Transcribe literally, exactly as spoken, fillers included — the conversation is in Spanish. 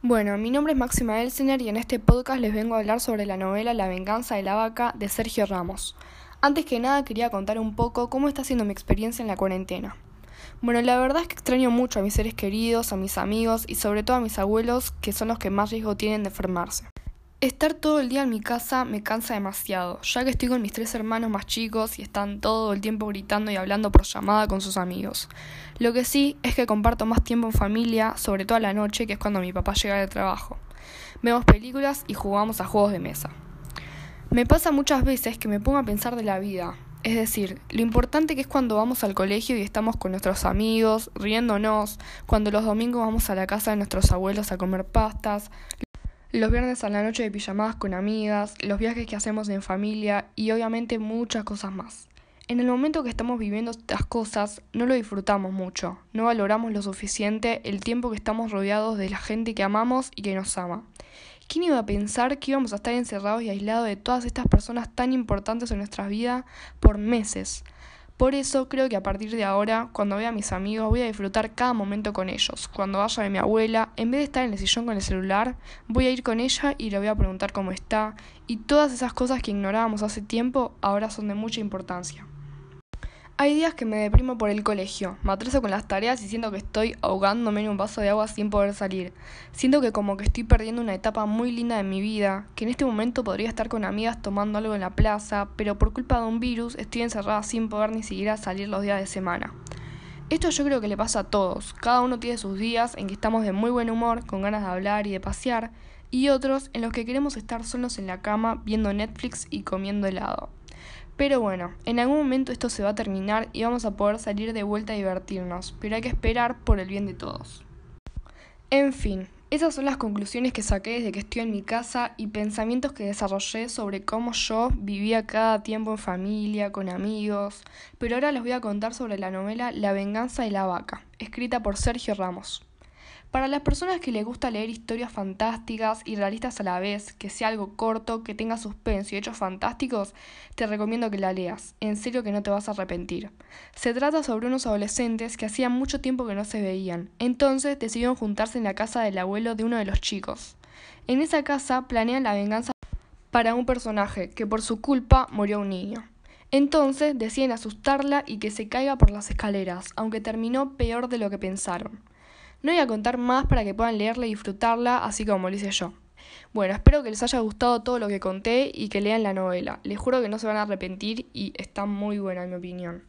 Bueno, mi nombre es Máxima Elsener y en este podcast les vengo a hablar sobre la novela La venganza de la vaca de Sergio Ramos. Antes que nada quería contar un poco cómo está siendo mi experiencia en la cuarentena. Bueno, la verdad es que extraño mucho a mis seres queridos, a mis amigos y sobre todo a mis abuelos, que son los que más riesgo tienen de enfermarse. Estar todo el día en mi casa me cansa demasiado, ya que estoy con mis tres hermanos más chicos y están todo el tiempo gritando y hablando por llamada con sus amigos. Lo que sí es que comparto más tiempo en familia, sobre todo a la noche, que es cuando mi papá llega del trabajo. Vemos películas y jugamos a juegos de mesa. Me pasa muchas veces que me pongo a pensar de la vida, es decir, lo importante que es cuando vamos al colegio y estamos con nuestros amigos, riéndonos, cuando los domingos vamos a la casa de nuestros abuelos a comer pastas, los viernes a la noche de pijamadas con amigas, los viajes que hacemos en familia y obviamente muchas cosas más. En el momento que estamos viviendo estas cosas, no lo disfrutamos mucho, no valoramos lo suficiente el tiempo que estamos rodeados de la gente que amamos y que nos ama. ¿Quién iba a pensar que íbamos a estar encerrados y aislados de todas estas personas tan importantes en nuestras vidas por meses? Por eso creo que a partir de ahora, cuando vea a mis amigos, voy a disfrutar cada momento con ellos. Cuando vaya a mi abuela, en vez de estar en el sillón con el celular, voy a ir con ella y le voy a preguntar cómo está. Y todas esas cosas que ignorábamos hace tiempo, ahora son de mucha importancia. Hay días que me deprimo por el colegio, me atraso con las tareas y siento que estoy ahogándome en un vaso de agua sin poder salir. Siento que como que estoy perdiendo una etapa muy linda de mi vida, que en este momento podría estar con amigas tomando algo en la plaza, pero por culpa de un virus estoy encerrada sin poder ni siquiera salir los días de semana. Esto yo creo que le pasa a todos, cada uno tiene sus días en que estamos de muy buen humor, con ganas de hablar y de pasear, y otros en los que queremos estar solos en la cama viendo Netflix y comiendo helado. Pero bueno, en algún momento esto se va a terminar y vamos a poder salir de vuelta a divertirnos, pero hay que esperar por el bien de todos. En fin, esas son las conclusiones que saqué desde que estoy en mi casa y pensamientos que desarrollé sobre cómo yo vivía cada tiempo en familia, con amigos, pero ahora les voy a contar sobre la novela La venganza de la vaca, escrita por Sergio Ramos. Para las personas que les gusta leer historias fantásticas y realistas a la vez, que sea algo corto, que tenga suspenso y hechos fantásticos, te recomiendo que la leas. En serio que no te vas a arrepentir. Se trata sobre unos adolescentes que hacía mucho tiempo que no se veían. Entonces decidieron juntarse en la casa del abuelo de uno de los chicos. En esa casa planean la venganza para un personaje que por su culpa murió un niño. Entonces deciden asustarla y que se caiga por las escaleras, aunque terminó peor de lo que pensaron. No voy a contar más para que puedan leerla y disfrutarla, así como lo hice yo. Bueno, espero que les haya gustado todo lo que conté y que lean la novela. Les juro que no se van a arrepentir y está muy buena en mi opinión.